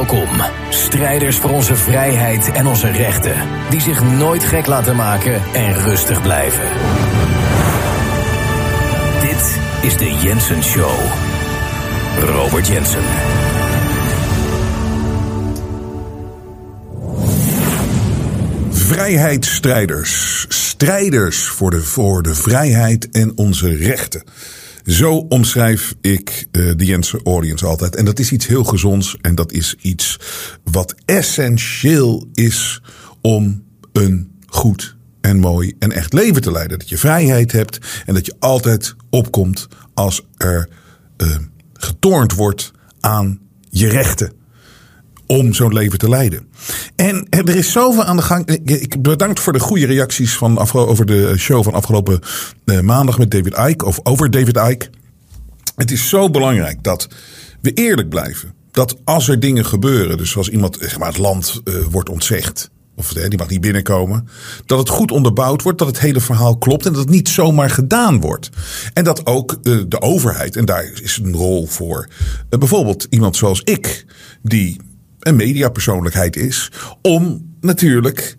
Welkom, strijders voor onze vrijheid en onze rechten, die zich nooit gek laten maken en rustig blijven. Dit is de Jensen Show. Robert Jensen. Vrijheidsstrijders. Strijders voor de vrijheid en onze rechten. Zo omschrijf ik de Jensen Audience altijd. En dat is iets heel gezonds. En dat is iets wat essentieel is om een goed en mooi en echt leven te leiden. Dat je vrijheid hebt en dat je altijd opkomt als er getornd wordt aan je rechten. Om zo'n leven te leiden. En er is zoveel aan de gang. Ik bedank voor de goede reacties over de show van afgelopen maandag met David Icke. Of over David Icke. Het is zo belangrijk dat we eerlijk blijven. Dat als er dingen gebeuren. Dus als iemand het land wordt ontzegd. Of die mag niet binnenkomen. Dat het goed onderbouwd wordt. Dat het hele verhaal klopt. En dat het niet zomaar gedaan wordt. En dat ook de overheid. En daar is een rol voor. Bijvoorbeeld iemand zoals ik. Die een mediapersoonlijkheid is. Om natuurlijk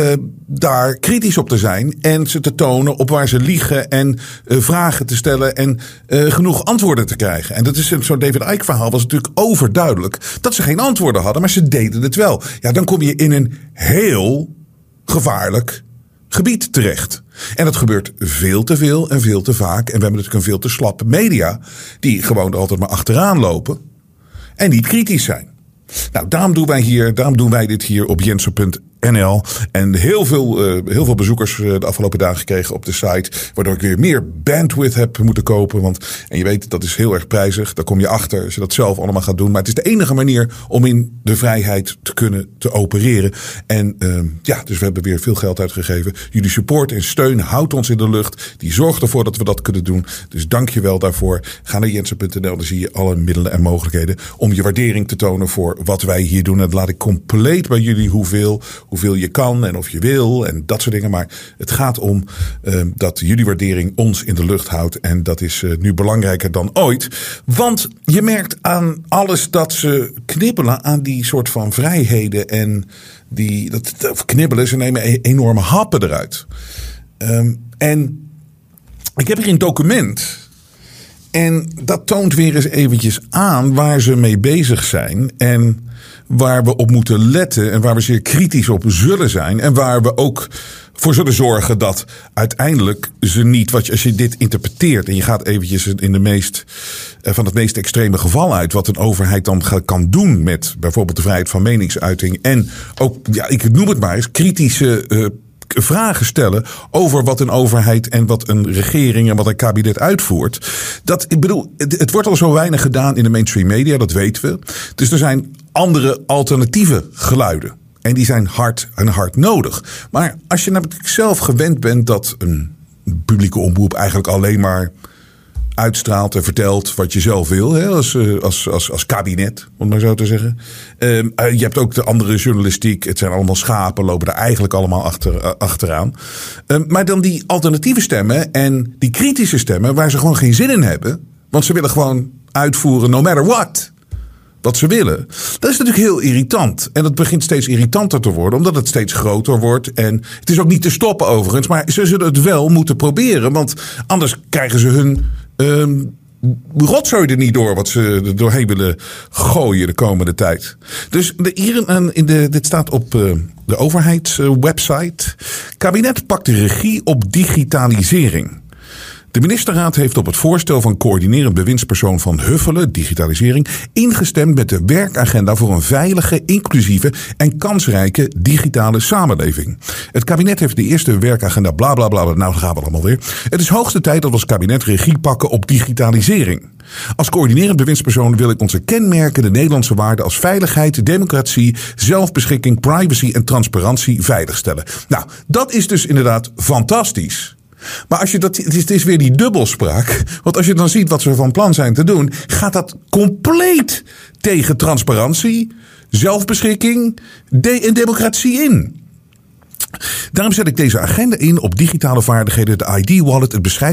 daar kritisch op te zijn. En ze te tonen op waar ze liegen. En vragen te stellen. En genoeg antwoorden te krijgen. En dat is zo'n David Icke verhaal. Was natuurlijk overduidelijk. Dat ze geen antwoorden hadden. Maar ze deden het wel. Ja, dan kom je in een heel gevaarlijk gebied terecht. En dat gebeurt veel te veel en veel te vaak. En we hebben natuurlijk een veel te slappe media. Die gewoon er altijd maar achteraan lopen. En niet kritisch zijn. Nou, daarom doen wij dit hier op Jensen.nl. En heel veel bezoekers de afgelopen dagen gekregen op de site. Waardoor ik weer meer bandwidth heb moeten kopen. En je weet, dat is heel erg prijzig. Daar kom je achter als je dat zelf allemaal gaat doen. Maar het is de enige manier om in de vrijheid te opereren. En dus we hebben weer veel geld uitgegeven. Jullie support en steun houdt ons in de lucht. Die zorgt ervoor dat we dat kunnen doen. Dus dank je wel daarvoor. Ga naar Jensen.nl. Dan zie je alle middelen en mogelijkheden om je waardering te tonen voor wat wij hier doen. En dat laat ik compleet bij jullie hoeveel je kan en of je wil en dat soort dingen. Maar het gaat om dat jullie waardering ons in de lucht houdt. En dat is nu belangrijker dan ooit. Want je merkt aan alles dat ze knibbelen aan die soort van vrijheden. En knibbelen, ze nemen enorme happen eruit. En ik heb hier een document. En dat toont weer eens eventjes aan waar ze mee bezig zijn. En waar we op moeten letten. En waar we zeer kritisch op zullen zijn. En waar we ook voor zullen zorgen dat uiteindelijk ze niet, als je dit interpreteert. En je gaat eventjes van het meest extreme geval uit. Wat een overheid dan kan doen met bijvoorbeeld de vrijheid van meningsuiting. En ook, ik noem het maar eens, kritische vragen stellen over wat een overheid en wat een regering en wat een kabinet uitvoert. Het wordt al zo weinig gedaan in de mainstream media, dat weten we. Dus er zijn andere alternatieve geluiden. En die zijn hard nodig. Maar als je natuurlijk zelf gewend bent dat een publieke omroep eigenlijk alleen maar uitstraalt en vertelt wat je zelf wil, hè, als kabinet, om maar zo te zeggen. Je hebt ook de andere journalistiek. Het zijn allemaal schapen, lopen er eigenlijk allemaal achteraan. Maar dan die alternatieve stemmen en die kritische stemmen waar ze gewoon geen zin in hebben. Want ze willen gewoon uitvoeren no matter what. Wat ze willen. Dat is natuurlijk heel irritant. En dat begint steeds irritanter te worden. Omdat het steeds groter wordt. En het is ook niet te stoppen overigens. Maar ze zullen het wel moeten proberen. Want anders krijgen ze hun rotzooi er niet door. Wat ze er doorheen willen gooien de komende tijd. Dus dit staat op de overheidswebsite. Kabinet pakt de regie op digitalisering. De ministerraad heeft op het voorstel van coördinerend bewindspersoon Van Huffelen, digitalisering, ingestemd met de werkagenda voor een veilige, inclusieve en kansrijke digitale samenleving. Het kabinet heeft de eerste werkagenda blablabla, nou dan gaan we allemaal weer. Het is hoogste tijd dat we als kabinet regie pakken op digitalisering. Als coördinerend bewindspersoon wil ik onze kenmerkende Nederlandse waarden als veiligheid, democratie, zelfbeschikking, privacy en transparantie veiligstellen. Nou, dat is dus inderdaad fantastisch. Maar het is weer die dubbelspraak. Want als je dan ziet wat ze van plan zijn te doen, gaat dat compleet tegen transparantie, zelfbeschikking en democratie in. Daarom zet ik deze agenda in op digitale vaardigheden, de ID-wallet,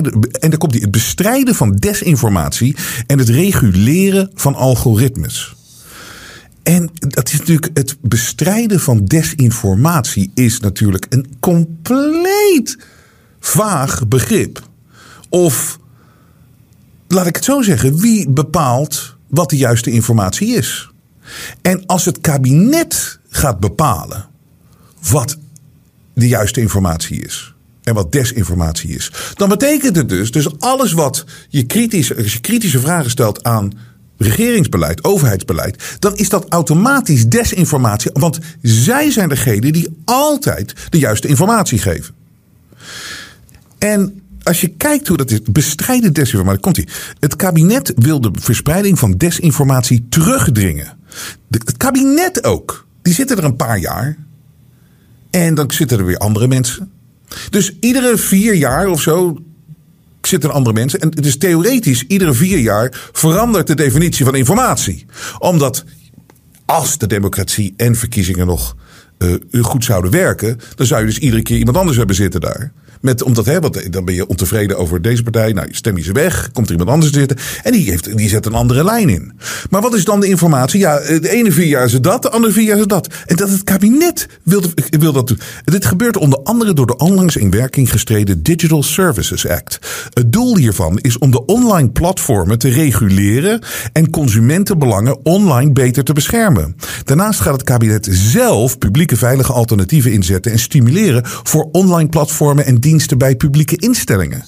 het bestrijden van desinformatie en het reguleren van algoritmes. En dat is natuurlijk het bestrijden van desinformatie is natuurlijk een compleet vaag begrip. Of, laat ik het zo zeggen, wie bepaalt wat de juiste informatie is? En als het kabinet gaat bepalen wat de juiste informatie is en wat desinformatie is, dan betekent het dus alles wat je kritische vragen stelt aan regeringsbeleid, overheidsbeleid, dan is dat automatisch desinformatie, want zij zijn degene die altijd de juiste informatie geven. En als je kijkt hoe dat is, bestrijden desinformatie, komt-ie. Het kabinet wil de verspreiding van desinformatie terugdringen. Het kabinet ook. Die zitten er een paar jaar. En dan zitten er weer andere mensen. Dus iedere 4 jaar of zo zitten er andere mensen. En het is theoretisch, iedere 4 jaar verandert de definitie van informatie. Omdat als de democratie en verkiezingen nog goed zouden werken, dan zou je dus iedere keer iemand anders hebben zitten daar. Want dan ben je ontevreden over deze partij. Nou, stem je ze weg. Komt er iemand anders zitten. En die zet een andere lijn in. Maar wat is dan de informatie? Ja, de ene 4 jaar is het dat. De andere 4 jaar is het dat. En dat het kabinet wil dat doen. Dit gebeurt onder andere door de onlangs in werking gestreden Digital Services Act. Het doel hiervan is om de online platformen te reguleren en consumentenbelangen online beter te beschermen. Daarnaast gaat het kabinet zelf publieke veilige alternatieven inzetten en stimuleren voor online platformen en diensten bij publieke instellingen.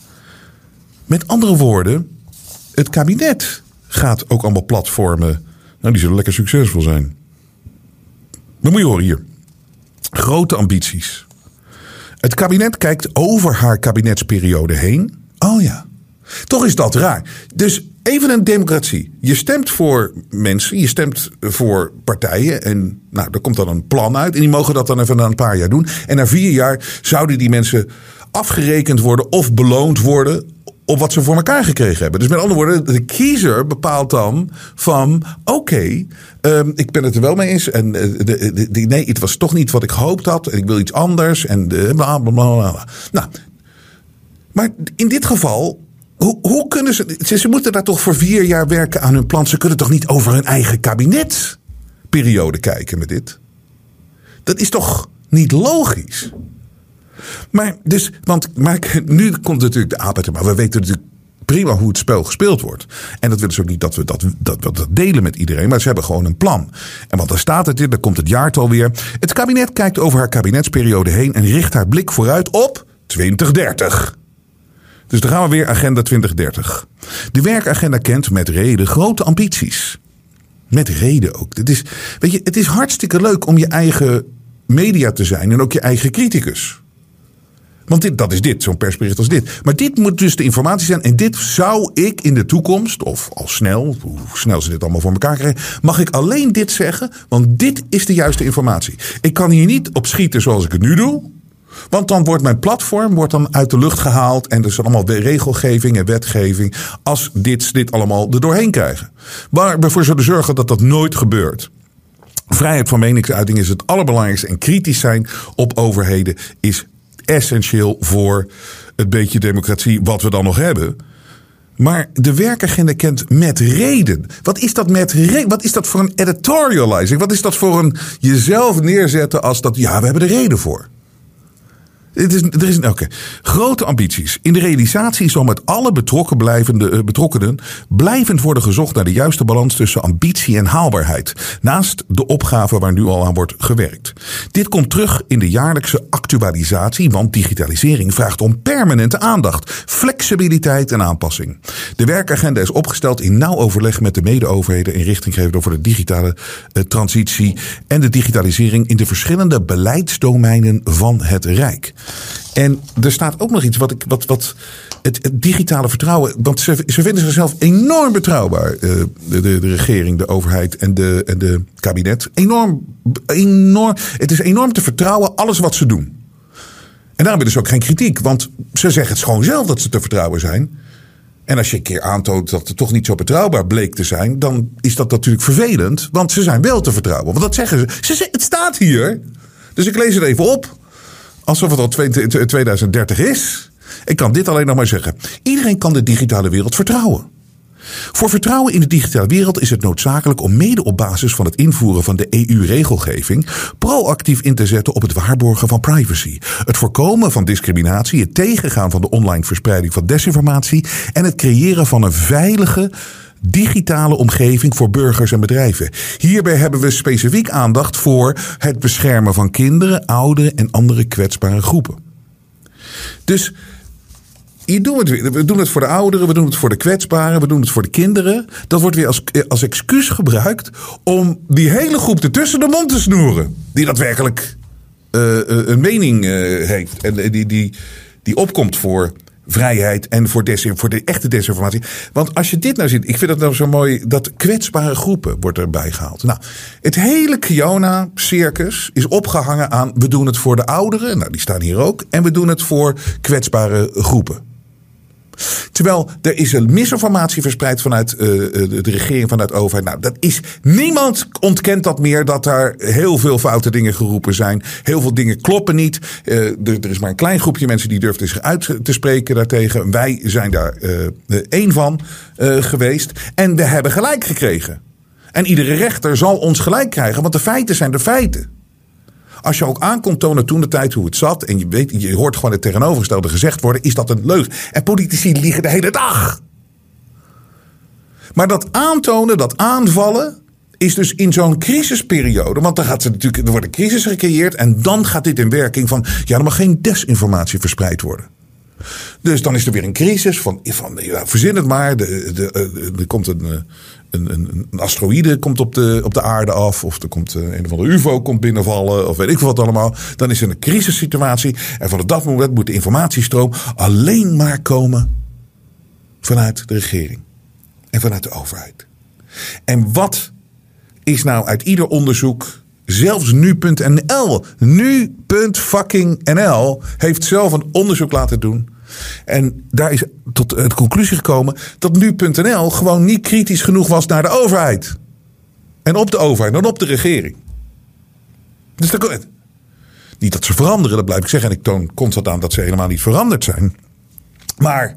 Met andere woorden, het kabinet gaat ook allemaal platformen, die zullen lekker succesvol zijn. Maar moet je horen hier. Grote ambities. Het kabinet kijkt over haar kabinetsperiode heen. Oh ja, toch is dat raar. Dus even een democratie. Je stemt voor mensen, je stemt voor partijen en er komt dan een plan uit. En die mogen dat dan even na een paar jaar doen. En na 4 jaar zouden die mensen afgerekend worden of beloond worden op wat ze voor elkaar gekregen hebben. Dus met andere woorden, de kiezer bepaalt dan van oké, ik ben het er wel mee eens. En nee, het was toch niet wat ik gehoopt had. En ik wil iets anders. En bla bla bla. Nou, maar in dit geval, hoe kunnen ze moeten daar toch voor 4 jaar werken aan hun plan. Ze kunnen toch niet over hun eigen kabinetperiode kijken met dit? Dat is toch niet logisch? Maar nu komt natuurlijk de aap, maar we weten natuurlijk prima hoe het spel gespeeld wordt. En dat willen ze ook niet dat we dat delen met iedereen. Maar ze hebben gewoon een plan. En want daar staat het in, daar komt het jaartal weer. Het kabinet kijkt over haar kabinetsperiode heen en richt haar blik vooruit op 2030. Dus dan gaan we weer agenda 2030. De werkagenda kent met reden grote ambities. Met reden ook. Het is hartstikke leuk om je eigen media te zijn en ook je eigen criticus. Want dat is dit, zo'n persbericht als dit. Maar dit moet dus de informatie zijn. En dit zou ik in de toekomst, of al snel, hoe snel ze dit allemaal voor elkaar krijgen, mag ik alleen dit zeggen, want dit is de juiste informatie. Ik kan hier niet op schieten zoals ik het nu doe. Want dan wordt mijn platform uit de lucht gehaald. En er is allemaal regelgeving en wetgeving. Als dit allemaal er doorheen krijgen. Waar we voor zullen zorgen dat dat nooit gebeurt. Vrijheid van meningsuiting is het allerbelangrijkste. En kritisch zijn op overheden is essentieel voor het beetje democratie wat we dan nog hebben. Maar de werkagenda kent met reden. Wat is dat met reden? Wat is dat voor een editorializing? Wat is dat voor een jezelf neerzetten als dat, ja, we hebben er reden voor. Grote ambities. In de realisatie zal met alle betrokkenen blijvend worden gezocht naar de juiste balans tussen ambitie en haalbaarheid. Naast de opgave waar nu al aan wordt gewerkt. Dit komt terug in de jaarlijkse actualisatie, want digitalisering vraagt om permanente aandacht, flexibiliteit en aanpassing. De werkagenda is opgesteld in nauw overleg met de mede-overheden en richtinggevend over de digitale transitie en de digitalisering in de verschillende beleidsdomeinen van het Rijk. En er staat ook nog iets wat het digitale vertrouwen. Want ze vinden zichzelf enorm betrouwbaar. De regering, de overheid en de kabinet. Enorm. Het is enorm te vertrouwen, alles wat ze doen. En daarom willen ze ook geen kritiek. Want ze zeggen het gewoon zelf dat ze te vertrouwen zijn. En als je een keer aantoont dat het toch niet zo betrouwbaar bleek te zijn, dan is dat natuurlijk vervelend. Want ze zijn wel te vertrouwen. Want dat zeggen ze. Het staat hier. Dus ik lees het even op. Alsof het al 2030 is. Ik kan dit alleen nog maar zeggen. Iedereen kan de digitale wereld vertrouwen. Voor vertrouwen in de digitale wereld is het noodzakelijk om mede op basis van het invoeren van de EU-regelgeving proactief in te zetten op het waarborgen van privacy, het voorkomen van discriminatie, het tegengaan van de online verspreiding van desinformatie en het creëren van een veilige digitale omgeving voor burgers en bedrijven. Hierbij hebben we specifiek aandacht voor het beschermen van kinderen, ouderen en andere kwetsbare groepen. Dus hier doen we het weer. We doen het voor de ouderen, we doen het voor de kwetsbaren, we doen het voor de kinderen. Dat wordt weer als excuus gebruikt om die hele groep ertussen de mond te snoeren. Die daadwerkelijk een mening heeft en die opkomt voor vrijheid en voor de echte desinformatie. Want als je dit nou ziet, ik vind het nou zo mooi, dat kwetsbare groepen wordt erbij gehaald. Nou, het hele Kiona-circus is opgehangen aan, we doen het voor de ouderen, nou die staan hier ook, en we doen het voor kwetsbare groepen. Terwijl er is een misinformatie verspreid vanuit de regering, vanuit de overheid. Nou, dat is, niemand ontkent dat meer, dat daar heel veel foute dingen geroepen zijn. Heel veel dingen kloppen niet. Er is maar een klein groepje mensen die durft zich uit te spreken daartegen. Wij zijn daar één van geweest. En we hebben gelijk gekregen. En iedere rechter zal ons gelijk krijgen, want de feiten zijn de feiten. Als je ook aan kon tonen toen de tijd hoe het zat, en je hoort gewoon het tegenovergestelde gezegd worden, is dat een leugen. En politici liegen de hele dag. Maar dat aantonen, dat aanvallen, is dus in zo'n crisisperiode. Want dan gaat er wordt een crisis gecreëerd en dan gaat dit in werking van, ja, er mag geen desinformatie verspreid worden. Dus dan is er weer een crisis van ja, verzin het maar. Er komt een asteroïde komt op de aarde af. Of er komt een of andere UFO komt binnenvallen. Of weet ik wat allemaal. Dan is er een crisissituatie. En vanaf dat moment moet de informatiestroom alleen maar komen vanuit de regering. En vanuit de overheid. En wat is nou uit ieder onderzoek, zelfs nu.nl, nu.fucking.nl heeft zelf een onderzoek laten doen. En daar is tot de conclusie gekomen dat nu.nl gewoon niet kritisch genoeg was naar de overheid. En op de overheid en op de regering. Dus dat, niet dat ze veranderen, dat blijf ik zeggen. En ik toon constant aan dat ze helemaal niet veranderd zijn. Maar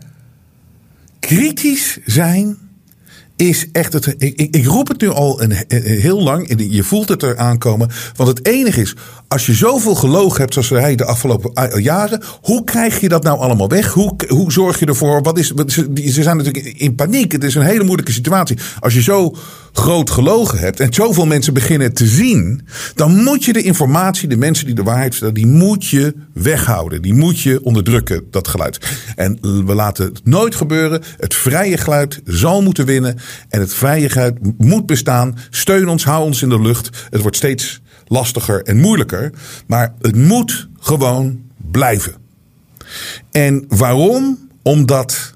kritisch zijn is echt het. Ik roep het nu al heel lang. En je voelt het er aankomen. Want het enige is, als je zoveel gelogen hebt zoals hij de afgelopen jaren, hoe krijg je dat nou allemaal weg? Hoe zorg je ervoor? Ze zijn natuurlijk in paniek. Het is een hele moeilijke situatie. Als je zo groot gelogen hebt en zoveel mensen beginnen te zien, dan moet je de informatie, de mensen die de waarheid vertellen, die moet je weghouden. Die moet je onderdrukken, dat geluid. En we laten het nooit gebeuren. Het vrije geluid zal moeten winnen. En het vrije geluid moet bestaan. Steun ons, hou ons in de lucht. Het wordt steeds lastiger en moeilijker. Maar het moet gewoon blijven. En waarom? Omdat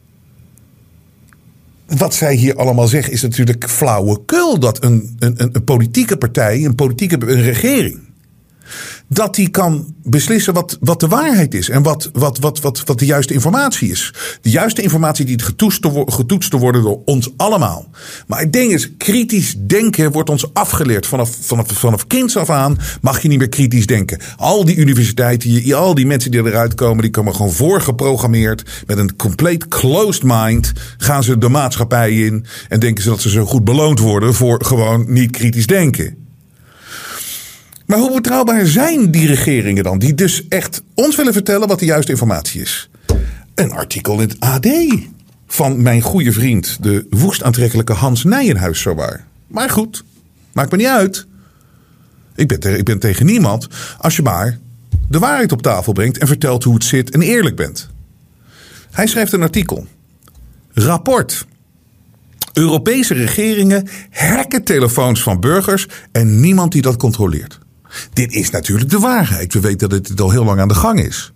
wat zij hier allemaal zeggen is natuurlijk flauwekul. Dat een politieke partij, een regering, dat die kan beslissen wat de waarheid is. En wat de juiste informatie is. De juiste informatie die getoetst te worden door ons allemaal. Maar het ding is, kritisch denken wordt ons afgeleerd. Vanaf kinds af aan mag je niet meer kritisch denken. Al die universiteiten, al die mensen die eruit komen, die komen gewoon voorgeprogrammeerd. Met een compleet closed mind gaan ze de maatschappij in. En denken ze dat ze zo goed beloond worden voor gewoon niet kritisch denken. Maar hoe betrouwbaar zijn die regeringen dan? Die dus echt ons willen vertellen wat de juiste informatie is. Een artikel in het AD van mijn goede vriend, de woest aantrekkelijke Hans Nijenhuis zowaar. Maar goed, maakt me niet uit. Ik ben tegen niemand als je maar de waarheid op tafel brengt en vertelt hoe het zit en eerlijk bent. Hij schrijft een artikel. Rapport. Europese regeringen hacken telefoons van burgers en niemand die dat controleert. Dit is natuurlijk de waarheid. We weten dat het al heel lang aan de gang is.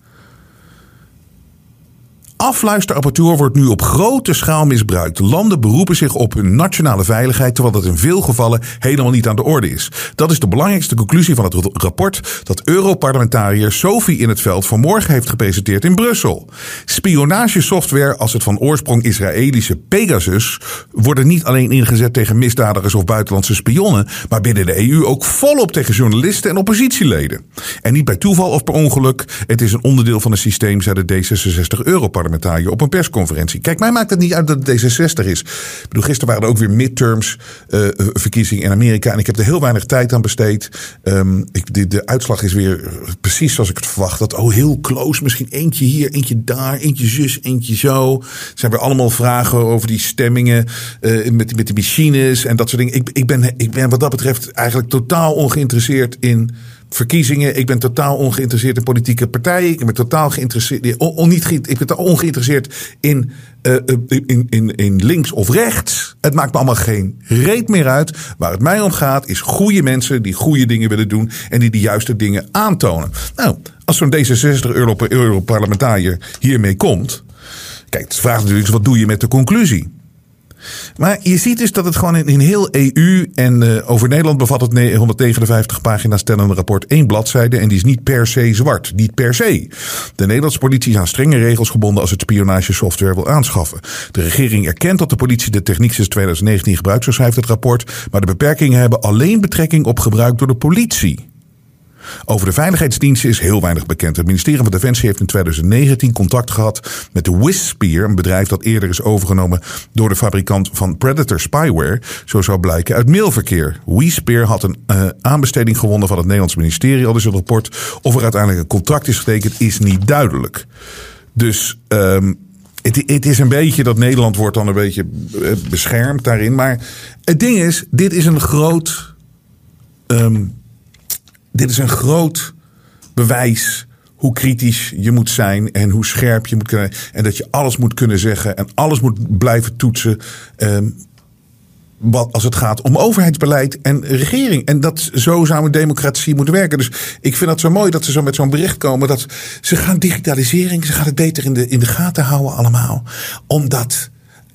Afluisterapparatuur wordt nu op grote schaal misbruikt. Landen beroepen zich op hun nationale veiligheid, terwijl dat in veel gevallen helemaal niet aan de orde is. Dat is de belangrijkste conclusie van het rapport dat Europarlementariër Sophie in het Veld vanmorgen heeft gepresenteerd in Brussel. Spionagesoftware als het van oorsprong Israëlische Pegasus worden niet alleen ingezet tegen misdadigers of buitenlandse spionnen, maar binnen de EU ook volop tegen journalisten en oppositieleden. En niet bij toeval of per ongeluk, het is een onderdeel van een systeem, zei de D66 Europarlementariër. Europarlementariër op een persconferentie. Kijk, mij maakt het niet uit dat het D66 is. Ik bedoel, gisteren waren er ook weer midterms verkiezingen in Amerika. En ik heb er heel weinig tijd aan besteed. De uitslag is weer precies zoals ik het verwacht had. heel close. Misschien eentje hier, eentje daar, eentje zus, eentje zo. Er zijn weer allemaal vragen over die stemmingen met de machines en dat soort dingen. Ik ben wat dat betreft eigenlijk totaal ongeïnteresseerd in verkiezingen. Ik ben totaal ongeïnteresseerd in politieke partijen. Ik ben totaal ongeïnteresseerd in links of rechts. Het maakt me allemaal geen reet meer uit. Waar het mij om gaat is goede mensen die goede dingen willen doen en die de juiste dingen aantonen. Nou, als zo'n D66 Europarlementariër hiermee komt. Kijk, de vraag natuurlijk is, wat doe je met de conclusie? Maar je ziet dus dat het gewoon in heel EU en over Nederland bevat het 159 pagina's tellende rapport 1 bladzijde. En die is niet per se zwart. Niet per se. De Nederlandse politie is aan strenge regels gebonden als het spionagesoftware wil aanschaffen. De regering erkent dat de politie de techniek sinds 2019 gebruikt, zo schrijft het rapport. Maar de beperkingen hebben alleen betrekking op gebruik door de politie. Over de veiligheidsdiensten is heel weinig bekend. Het ministerie van Defensie heeft in 2019 contact gehad met de Whispear, een bedrijf dat eerder is overgenomen door de fabrikant van Predator Spyware. Zo zou blijken uit mailverkeer. Whispear had een aanbesteding gewonnen van het Nederlands ministerie. Al dus het rapport of er uiteindelijk een contract is getekend is niet duidelijk. Dus het is een beetje dat Nederland wordt dan een beetje beschermd daarin. Maar het ding is, dit is een groot bewijs hoe kritisch je moet zijn en hoe scherp je moet kunnen. En dat je alles moet kunnen zeggen en alles moet blijven toetsen. Als het gaat om overheidsbeleid en regering. En zo zou een democratie moeten werken. Dus ik vind het zo mooi dat ze zo met zo'n bericht komen. Dat ze gaan digitalisering, ze gaan het beter in de gaten houden allemaal. Omdat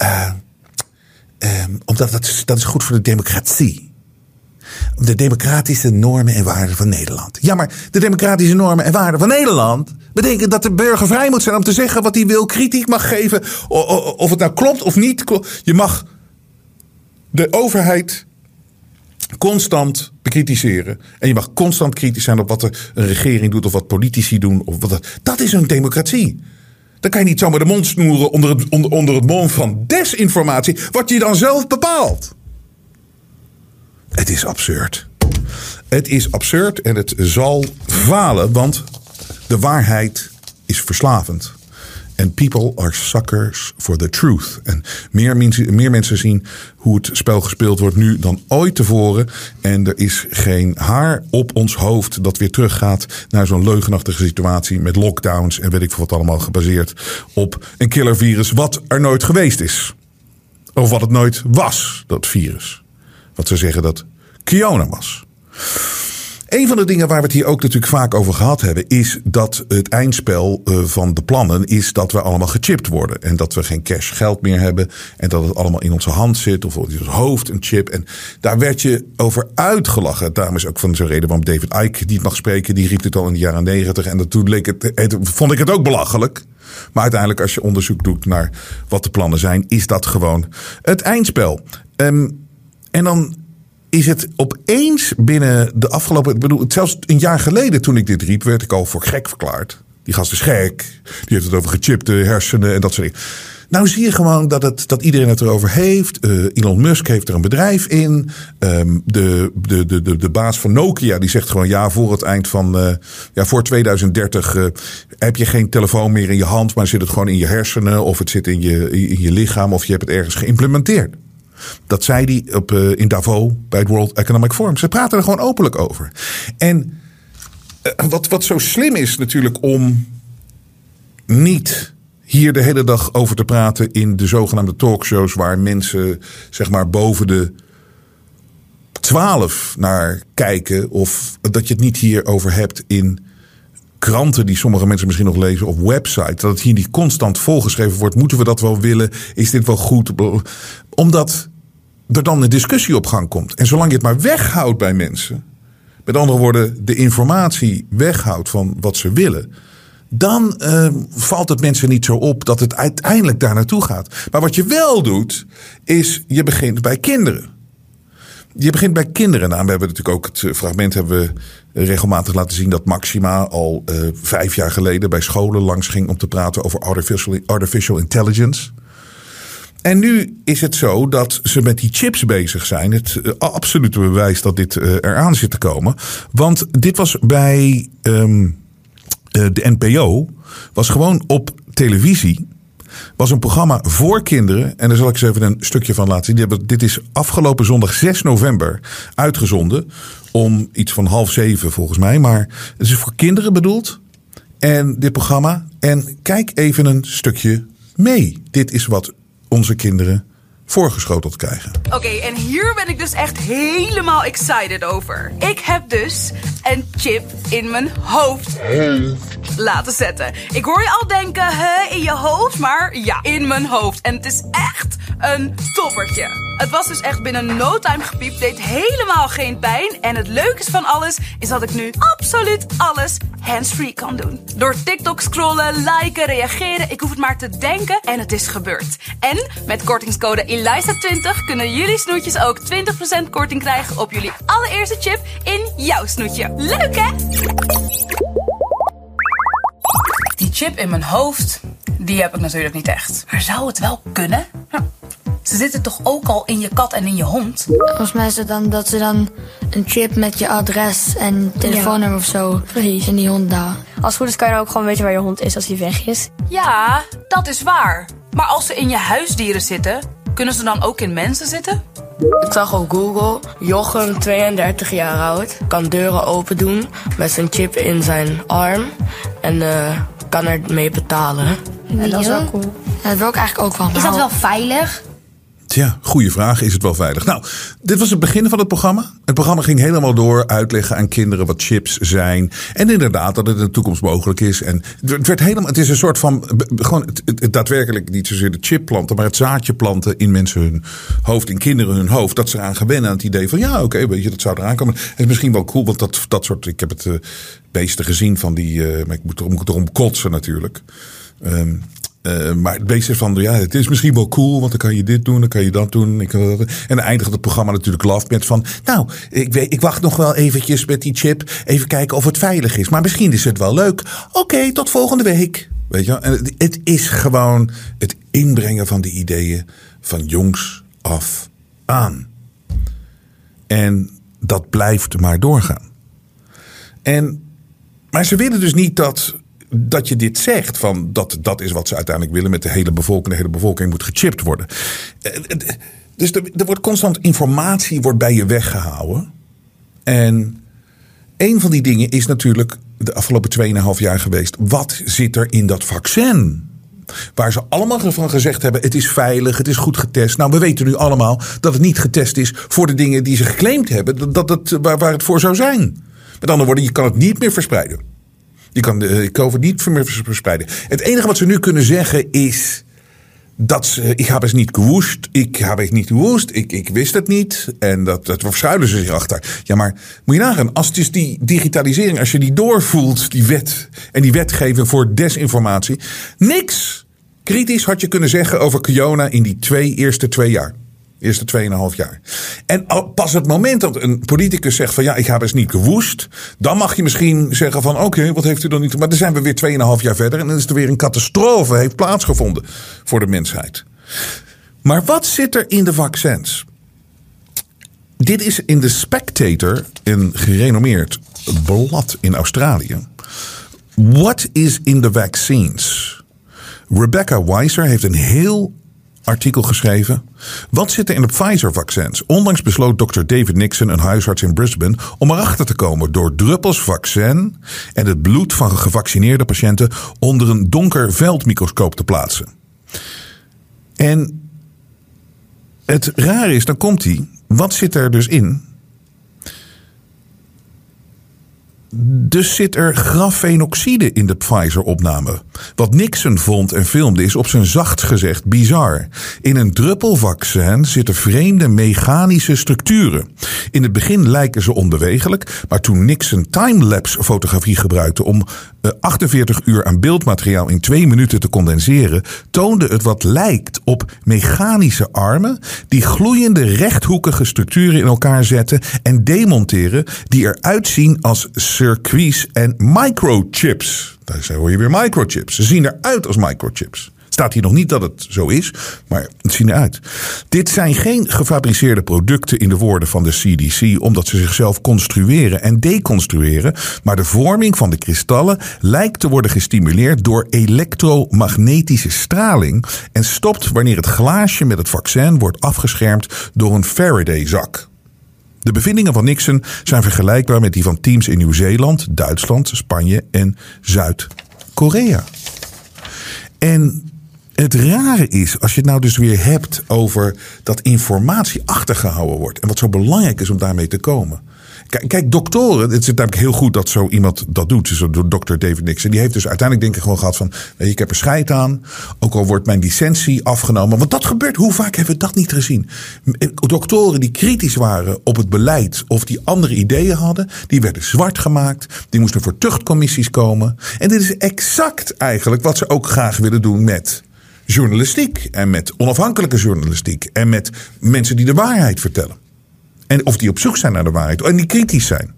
dat is goed voor de democratie. De democratische normen en waarden van Nederland. Ja, maar de democratische normen en waarden van Nederland betekent dat de burger vrij moet zijn om te zeggen wat hij wil, kritiek mag geven, of het nou klopt of niet. Je mag de overheid constant bekritiseren. En je mag constant kritisch zijn op wat een regering doet of wat politici doen. Dat is een democratie. Dan kan je niet zomaar de mond snoeren onder het mom van desinformatie, wat je dan zelf bepaalt. Het is absurd. Het is absurd en het zal falen, want de waarheid is verslavend. And people are suckers for the truth. En meer mensen zien hoe het spel gespeeld wordt nu dan ooit tevoren. En er is geen haar op ons hoofd dat weer teruggaat naar zo'n leugenachtige situatie met lockdowns en weet ik veel wat allemaal, gebaseerd op een killervirus wat er nooit geweest is. Of wat het nooit was, dat virus. Wat ze zeggen dat Kiona was. Een van de dingen waar we het hier ook natuurlijk vaak over gehad hebben, is dat het eindspel van de plannen is dat we allemaal gechipt worden. En dat we geen cash geld meer hebben. En dat het allemaal in onze hand zit. Of in ons hoofd een chip. En daar werd je over uitgelachen. Daarom is ook van zo'n reden waarom David Icke niet mag spreken. Die riep dit al in de jaren 90. En toen vond ik het ook belachelijk. Maar uiteindelijk, als je onderzoek doet naar wat de plannen zijn, is dat gewoon het eindspel. En dan is het opeens binnen de afgelopen... Ik bedoel, zelfs een jaar geleden toen ik dit riep, werd ik al voor gek verklaard. Die gast is gek. Die heeft het over gechipte hersenen en dat soort dingen. Nou zie je gewoon dat iedereen het erover heeft. Elon Musk heeft er een bedrijf in. De baas van Nokia die zegt gewoon voor het eind van... voor 2030 heb je geen telefoon meer in je hand, maar zit het gewoon in je hersenen of het zit in je lichaam of je hebt het ergens geïmplementeerd. Dat zei hij in Davos bij het World Economic Forum. Ze praten er gewoon openlijk over. En wat zo slim is natuurlijk om niet hier de hele dag over te praten in de zogenaamde talkshows waar mensen zeg maar boven de 12 naar kijken. Of dat je het niet hierover hebt in kranten die sommige mensen misschien nog lezen of websites. Dat het hier niet constant volgeschreven wordt. Moeten we dat wel willen? Is dit wel goed? Omdat er dan een discussie op gang komt. En zolang je het maar weghoudt bij mensen, met andere woorden de informatie weghoudt van wat ze willen, dan valt het mensen niet zo op dat het uiteindelijk daar naartoe gaat. Maar wat je wel doet, is je begint bij kinderen. Je begint bij kinderen. Nou, we hebben natuurlijk ook het fragment hebben we regelmatig laten zien dat Maxima al 5 jaar geleden bij scholen langs ging om te praten over artificial intelligence. En nu is het zo dat ze met die chips bezig zijn. Het absolute bewijs dat dit eraan zit te komen. Want dit was bij de NPO. Was gewoon op televisie. Was een programma voor kinderen. En daar zal ik eens even een stukje van laten zien. Dit is afgelopen zondag 6 november uitgezonden. Om iets van 6:30 volgens mij. Maar het is voor kinderen bedoeld. En dit programma. En kijk even een stukje mee. Dit is wat onze kinderen voorgeschoteld krijgen. Oké, en hier ben ik dus echt helemaal excited over. Ik heb dus een chip in mijn hoofd laten zetten. Ik hoor je al denken, in je hoofd? Maar ja, in mijn hoofd. En het is echt een toppertje. Het was dus echt binnen no time gepiept, deed helemaal geen pijn. En het leuke van alles is dat ik nu absoluut alles hands-free kan doen. Door TikTok scrollen, liken, reageren, ik hoef het maar te denken en het is gebeurd. En met kortingscode ELISA20 kunnen jullie snoetjes ook 20% korting krijgen op jullie allereerste chip in jouw snoetje. Leuk hè? Die chip in mijn hoofd, die heb ik natuurlijk niet echt. Maar zou het wel kunnen? Ze zitten toch ook al in je kat en in je hond? Volgens mij is het dan dat ze dan een chip met je adres en telefoonnummer of zo in die hond daar. Als het goed is kan je dan ook gewoon weten waar je hond is als hij weg is. Ja, dat is waar. Maar als ze in je huisdieren zitten, kunnen ze dan ook in mensen zitten? Ik zag op Google, Jochem, 32 jaar oud, kan deuren open doen met zijn chip in zijn arm en kan ermee betalen. En dat is wel cool. Ja, dat wil ik eigenlijk ook wel. Is dat wel veilig? Tja, goede vraag. Is het wel veilig? Nou, dit was het begin van het programma. Het programma ging helemaal door uitleggen aan kinderen wat chips zijn. En inderdaad dat het in de toekomst mogelijk is. En het werd helemaal, het is een soort van, gewoon het daadwerkelijk niet zozeer de chip planten, maar het zaadje planten in mensen hun hoofd, in kinderen hun hoofd. Dat ze eraan gewennen aan het idee van ja, oké, weet je, dat zou eraan komen. Het is misschien wel cool, want dat soort, ik heb het beesten gezien van die, maar ik moet erom kotsen natuurlijk. Maar het beest is van, ja, het is misschien wel cool, want dan kan je dit doen, dan kan je dat doen. En dan eindigt het programma natuurlijk laf met van, nou, ik wacht nog wel eventjes met die chip, even kijken of het veilig is. Maar misschien is het wel leuk. Oké, tot volgende week. Weet je wel? En het is gewoon het inbrengen van die ideeën van jongs af aan. En dat blijft maar doorgaan. Maar ze willen dus niet dat je dit zegt, van dat is wat ze uiteindelijk willen met de hele bevolking. De hele bevolking moet gechipt worden. Dus er wordt constant informatie wordt bij je weggehouden. En een van die dingen is natuurlijk de afgelopen 2,5 jaar geweest. Wat zit er in dat vaccin? Waar ze allemaal van gezegd hebben, het is veilig, het is goed getest. Nou, we weten nu allemaal dat het niet getest is voor de dingen die ze geclaimd hebben. Waar het voor zou zijn. Met andere woorden, je kan het niet meer verspreiden. Je kan de COVID niet meer verspreiden. Het enige wat ze nu kunnen zeggen is dat ze, ik heb het niet gewusst, ik wist het niet. En dat verschuilen ze zich achter. Ja, maar moet je nagaan, als het is die digitalisering, als je die doorvoelt, die wet en die wetgeving voor desinformatie. Niks kritisch had je kunnen zeggen over corona in die eerste 2 jaar. Eerste 2,5 jaar. En pas het moment dat een politicus zegt van ja, ik heb het niet gewoest. Dan mag je misschien zeggen van oké, wat heeft u dan niet. Maar dan zijn we weer 2,5 jaar verder. En dan is er weer een catastrofe heeft plaatsgevonden voor de mensheid. Maar wat zit er in de vaccins? Dit is in The Spectator, een gerenommeerd blad in Australië. What is in the vaccines? Rebecca Weiser heeft een heel artikel geschreven. Wat zit er in de Pfizer-vaccins? Onlangs besloot Dr. David Nixon, een huisarts in Brisbane, om erachter te komen door druppels vaccin en het bloed van gevaccineerde patiënten onder een donker veldmicroscoop te plaatsen. En het rare is, dan komt hij. Wat zit er dus in? Dus zit er grafenoxide in de Pfizer-opname. Wat Nixon vond en filmde is op zijn zachtst gezegd bizar. In een druppelvaccin zitten vreemde mechanische structuren. In het begin lijken ze onbewegelijk, maar toen Nixon timelapse fotografie gebruikte om 48 uur aan beeldmateriaal in 2 minuten te condenseren, toonde het wat lijkt op mechanische armen die gloeiende rechthoekige structuren in elkaar zetten en demonteren die eruit zien als circuits en microchips. Daar hoor je weer microchips. Ze zien eruit als microchips. Staat hier nog niet dat het zo is, maar het ziet eruit. Dit zijn geen gefabriceerde producten in de woorden van de CDC, omdat ze zichzelf construeren en deconstrueren. Maar de vorming van de kristallen lijkt te worden gestimuleerd door elektromagnetische straling en stopt wanneer het glaasje met het vaccin wordt afgeschermd door een Faraday-zak. De bevindingen van Nixon zijn vergelijkbaar met die van teams in Nieuw-Zeeland, Duitsland, Spanje en Zuid-Korea. En het rare is, als je het nou dus weer hebt over dat informatie achtergehouden wordt en wat zo belangrijk is om daarmee te komen. Kijk, doktoren, het is namelijk heel goed dat zo iemand dat doet. Dus dokter David Nixon, die heeft dus uiteindelijk denk ik gewoon gehad van, weet je, ik heb er scheid aan. Ook al wordt mijn licentie afgenomen. Want dat gebeurt, hoe vaak hebben we dat niet gezien? Doktoren die kritisch waren op het beleid of die andere ideeën hadden, die werden zwart gemaakt. Die moesten voor tuchtcommissies komen. En dit is exact eigenlijk wat ze ook graag willen doen met journalistiek. En met onafhankelijke journalistiek. En met mensen die de waarheid vertellen. En of die op zoek zijn naar de waarheid. En die kritisch zijn.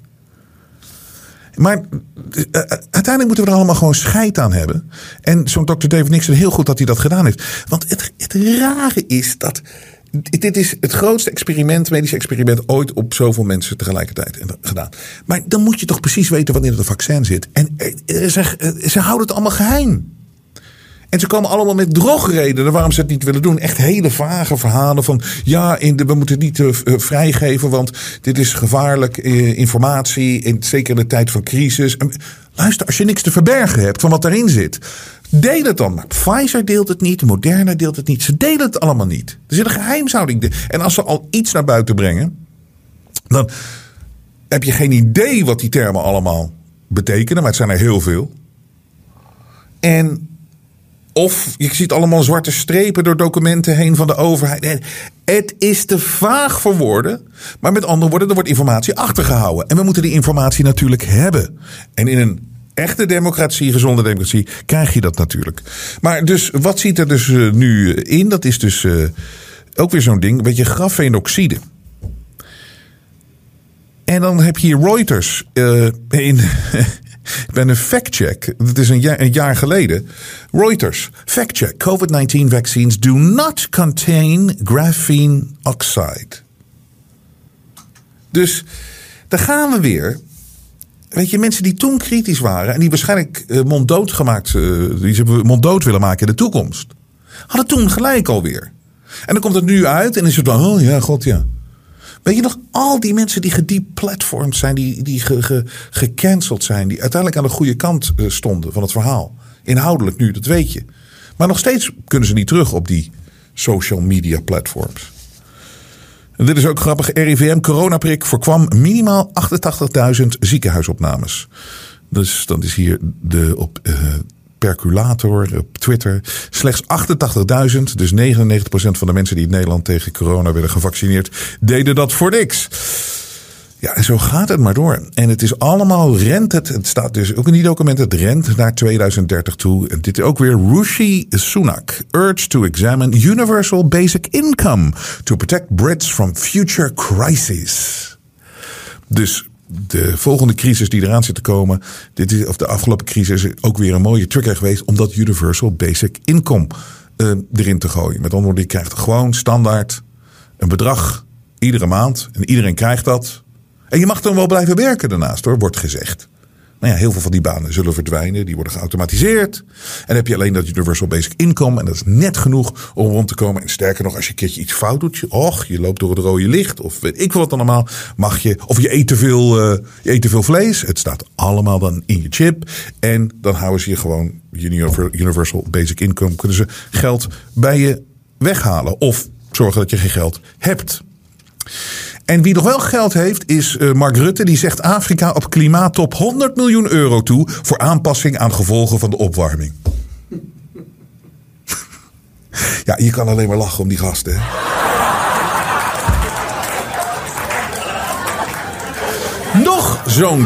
Maar uiteindelijk moeten we er allemaal gewoon scheid aan hebben. En zo'n Dr. David Nixon, heel goed dat hij dat gedaan heeft. Want het rare is dat dit is het grootste experiment, medisch experiment ooit op zoveel mensen tegelijkertijd gedaan. Maar dan moet je toch precies weten wanneer het vaccin zit. En ze houden het allemaal geheim. En ze komen allemaal met drogredenen waarom ze het niet willen doen. Echt hele vage verhalen van ja, we moeten het niet vrijgeven, want dit is gevaarlijk informatie, zeker in de tijd van crisis. En luister, als je niks te verbergen hebt van wat daarin zit, deel het dan. Maar Pfizer deelt het niet, Moderna deelt het niet. Ze delen het allemaal niet. Er zit een geheimhouding. En als ze al iets naar buiten brengen, dan heb je geen idee wat die termen allemaal betekenen, maar het zijn er heel veel. Of je ziet allemaal zwarte strepen door documenten heen van de overheid. Het is te vaag voor woorden. Maar met andere woorden, er wordt informatie achtergehouden. En we moeten die informatie natuurlijk hebben. En in een echte democratie, gezonde democratie, krijg je dat natuurlijk. Maar dus, wat zit er dus nu in? Dat is dus ook weer zo'n ding. Een beetje grafenoxide. En dan heb je hier Reuters Ik ben een factcheck. Dat is een jaar geleden. Reuters. Factcheck. COVID-19 vaccines do not contain graphene oxide. Dus daar gaan we weer. Weet je, mensen die toen kritisch waren en die waarschijnlijk monddood willen maken in de toekomst, hadden toen gelijk alweer. En dan komt het nu uit en is het van, oh ja, god ja. Weet je nog, al die mensen die gedeplatformd zijn, die gecanceld zijn, die uiteindelijk aan de goede kant stonden van het verhaal. Inhoudelijk nu, dat weet je. Maar nog steeds kunnen ze niet terug op die social media platforms. En dit is ook grappig. RIVM coronaprik voorkwam minimaal 88.000 ziekenhuisopnames. Dus dat is hier op Perculator op Twitter. Slechts 88.000, dus 99% van de mensen die in Nederland tegen corona werden gevaccineerd, deden dat voor niks. Ja, en zo gaat het maar door. En het is allemaal het staat dus ook in die documenten, het rent naar 2030 toe. En dit is ook weer Rishi Sunak. Urge to examine universal basic income to protect Brits from future crises. Dus de volgende crisis die eraan zit te komen, de afgelopen crisis is ook weer een mooie trigger geweest om dat universal basic income erin te gooien. Met andere woorden, je krijgt gewoon standaard een bedrag iedere maand en iedereen krijgt dat. En je mag dan wel blijven werken daarnaast hoor, wordt gezegd. Nou ja, heel veel van die banen zullen verdwijnen. Die worden geautomatiseerd. En dan heb je alleen dat universal basic income. En dat is net genoeg om rond te komen. En sterker nog, als je een keertje iets fout doet. Je loopt door het rode licht. Of weet ik wat dan allemaal. Mag je. Of je eet te veel vlees. Het staat allemaal dan in je chip. En dan houden ze je gewoon universal basic income. Kunnen ze geld bij je weghalen. Of zorgen dat je geen geld hebt. En wie nog wel geld heeft is Mark Rutte. Die zegt Afrika op klimaattop 100 miljoen euro toe voor aanpassing aan gevolgen van de opwarming. Ja, je kan alleen maar lachen om die gasten. Hè? Nog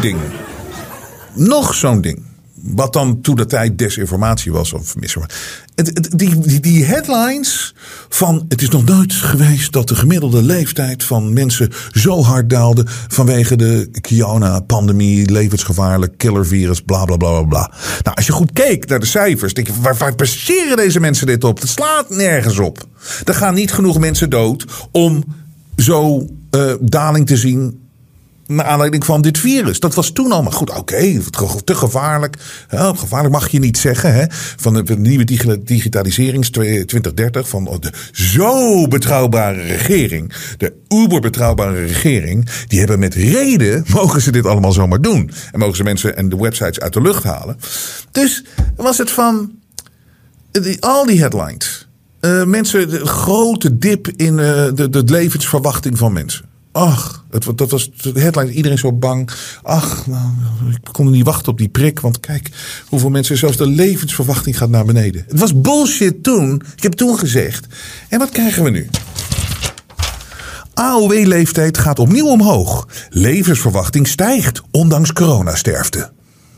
zo'n ding. Wat dan toen de tijd desinformatie was of misinformatie. Die headlines van het is nog nooit geweest dat de gemiddelde leeftijd van mensen zo hard daalde vanwege de corona-pandemie, levensgevaarlijk, killervirus, bla bla bla bla. Nou, als je goed keek naar de cijfers, denk je, waar baseren deze mensen dit op? Het slaat nergens op. Er gaan niet genoeg mensen dood om zo daling te zien naar aanleiding van dit virus. Dat was toen al, maar goed, oké, te gevaarlijk. Ja, gevaarlijk mag je niet zeggen. Hè? Van de nieuwe digitalisering 2030 van de zo betrouwbare regering. De uberbetrouwbare regering. Die hebben met reden, mogen ze dit allemaal zomaar doen. En mogen ze mensen en de websites uit de lucht halen. Dus was het van al die headlines. Mensen, de grote dip in de levensverwachting van mensen. Ach, dat was de headline. Iedereen zo bang. Ach, nou, ik kon niet wachten op die prik. Want kijk, hoeveel mensen, zelfs de levensverwachting gaat naar beneden. Het was bullshit toen. Ik heb toen gezegd. En wat krijgen we nu? AOW-leeftijd gaat opnieuw omhoog. Levensverwachting stijgt, ondanks coronasterfte.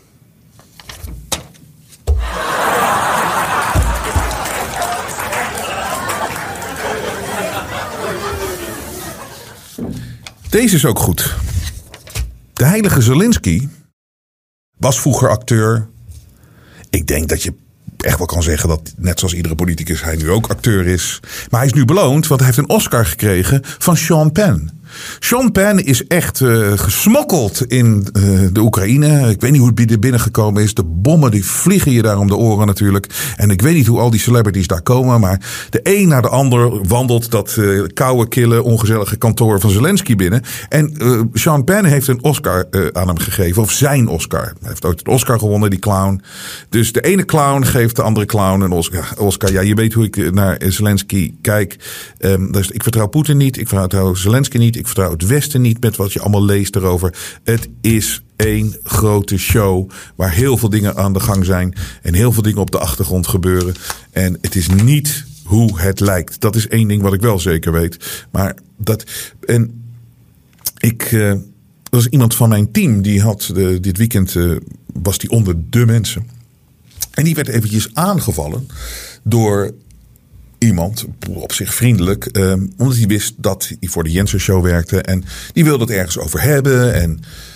Deze is ook goed. De heilige Zelensky was vroeger acteur. Ik denk dat je echt wel kan zeggen dat, net zoals iedere politicus, hij nu ook acteur is. Maar hij is nu beloond, want hij heeft een Oscar gekregen van Sean Penn. Sean Penn is echt gesmokkeld in de Oekraïne. Ik weet niet hoe het er binnengekomen is. De bommen die vliegen je daar om de oren natuurlijk. En ik weet niet hoe al die celebrities daar komen. Maar de een na de ander wandelt dat koude, kille, ongezellige kantoor van Zelensky binnen. En Sean Penn heeft een Oscar aan hem gegeven. Of zijn Oscar. Hij heeft ooit een Oscar gewonnen, die clown. Dus de ene clown geeft de andere clown een Oscar. Ja, je weet hoe ik naar Zelensky kijk. Dus ik vertrouw Poetin niet. Ik vertrouw Zelensky niet. Ik vertrouw het Westen niet met wat je allemaal leest erover. Het is één grote show waar heel veel dingen aan de gang zijn. En heel veel dingen op de achtergrond gebeuren. En het is niet hoe het lijkt. Dat is één ding wat ik wel zeker weet. Maar dat... En er was iemand van mijn team die had dit weekend... was die onder de mensen. En die werd eventjes aangevallen door... iemand, op zich vriendelijk, omdat hij wist dat hij voor de Jensen Show werkte. En die wilde het ergens over hebben. En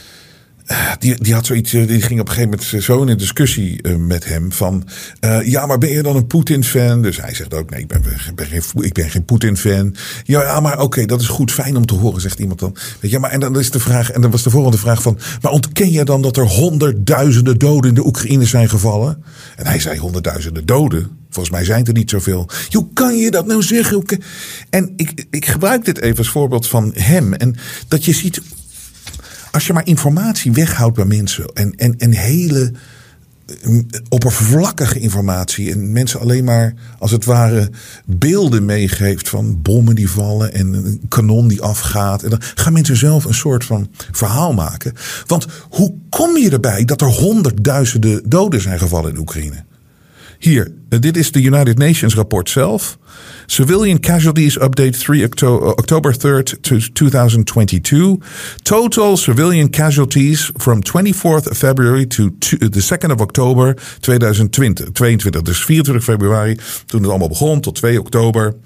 die had zoiets, die ging op een gegeven moment zo in een discussie met hem van... ja, maar ben je dan een Poetin-fan? Dus hij zegt ook, nee, ik ben geen Poetin-fan. Ja, maar oké, dat is goed, fijn om te horen, zegt iemand dan. Weet je, maar en dan is de vraag, en dan was de volgende vraag van... maar ontken je dan dat er honderdduizenden doden in de Oekraïne zijn gevallen? En hij zei honderdduizenden doden. Volgens mij zijn het er niet zoveel. Hoe kan je dat nou zeggen? En ik gebruik dit even als voorbeeld van hem. En dat je ziet, als je maar informatie weghoudt bij mensen. En hele oppervlakkige informatie. En mensen alleen maar, als het ware, beelden meegeeft van bommen die vallen. En een kanon die afgaat. En dan gaan mensen zelf een soort van verhaal maken. Want hoe kom je erbij dat er honderdduizenden doden zijn gevallen in Oekraïne? Hier, dit is de United Nations rapport zelf. Civilian casualties update 3 October 3rd to 2022. Total civilian casualties from 24th February to the 2nd of October 2022. Dus 24 februari, toen het allemaal begon, tot 2 oktober.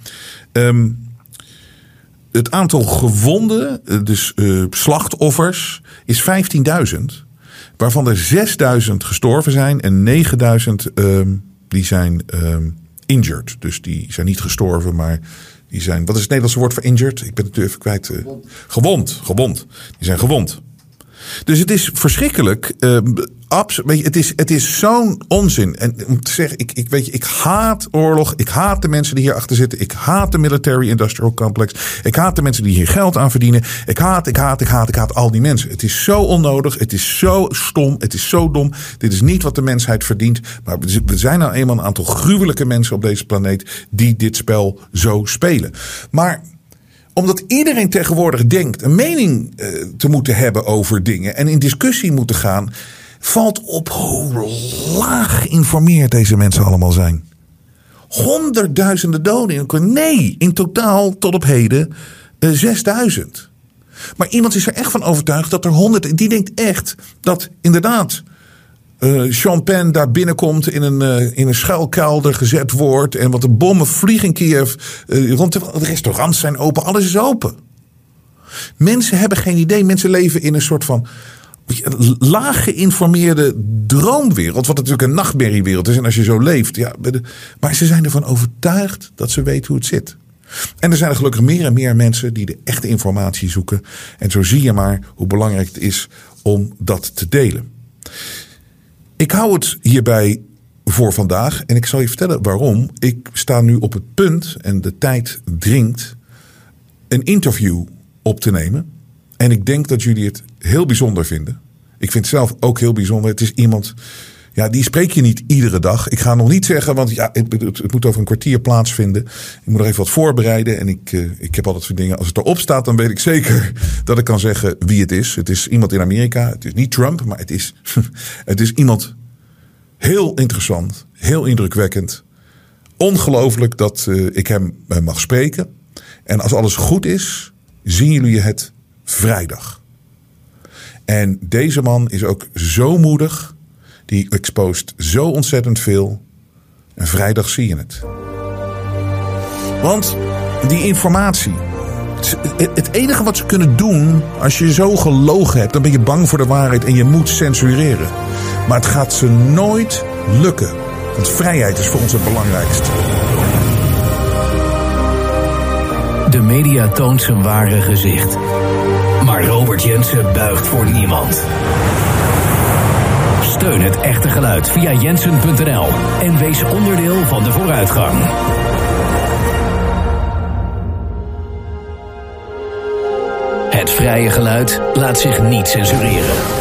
Het aantal gewonden, dus slachtoffers, is 15.000. Waarvan er 6.000 gestorven zijn en 9.000... die zijn injured. Dus die zijn niet gestorven, maar die zijn... Wat is het Nederlandse woord voor injured? Ik ben het nu even kwijt. Gewond. Die zijn gewond. Dus het is verschrikkelijk. Het is zo'n onzin. En om te zeggen, ik haat oorlog. Ik haat de mensen die hier achter zitten. Ik haat de military industrial complex. Ik haat de mensen die hier geld aan verdienen. Ik haat al die mensen. Het is zo onnodig. Het is zo stom. Het is zo dom. Dit is niet wat de mensheid verdient. Maar we zijn nou eenmaal een aantal gruwelijke mensen op deze planeet die dit spel zo spelen. Maar Omdat iedereen tegenwoordig denkt een mening te moeten hebben over dingen en in discussie moeten gaan, valt op hoe laag geïnformeerd deze mensen allemaal zijn. Honderdduizenden doden. Nee, in totaal tot op heden 6000. Maar iemand is er echt van overtuigd dat er 100... Die denkt echt dat inderdaad Sean Penn daar binnenkomt in een schuilkelder gezet wordt. En wat de bommen vliegen in Kiev. Rond de restaurants zijn open. Alles is open. Mensen hebben geen idee. Mensen leven in een soort van laag geïnformeerde droomwereld. Wat natuurlijk een nachtmerriewereld is. En als je zo leeft. Ja, maar ze zijn ervan overtuigd dat ze weten hoe het zit. En er zijn er gelukkig meer en meer mensen die de echte informatie zoeken. En zo zie je maar hoe belangrijk het is om dat te delen. Ik hou het hierbij voor vandaag. En ik zal je vertellen waarom. Ik sta nu op het punt, en de tijd dringt, een interview op te nemen. En ik denk dat jullie het heel bijzonder vinden. Ik vind het zelf ook heel bijzonder. Het is iemand, ja, die spreek je niet iedere dag. Ik ga nog niet zeggen, want ja, het moet over een kwartier plaatsvinden. Ik moet nog even wat voorbereiden. En ik heb altijd van dingen, als het erop staat, dan weet ik zeker dat ik kan zeggen wie het is. Het is iemand in Amerika. Het is niet Trump, maar het is iemand heel interessant, heel indrukwekkend. Ongelooflijk dat ik hem mag spreken. En als alles goed is, zien jullie het vrijdag. En deze man is ook zo moedig. Die exposeert zo ontzettend veel. En vrijdag zie je het. Want die informatie. Het enige wat ze kunnen doen. Als je zo gelogen hebt. Dan ben je bang voor de waarheid. En je moet censureren. Maar het gaat ze nooit lukken. Want vrijheid is voor ons het belangrijkste. De media toont zijn ware gezicht. Maar Robert Jensen buigt voor niemand. Steun het echte geluid via jensen.nl en wees onderdeel van de vooruitgang. Het vrije geluid laat zich niet censureren.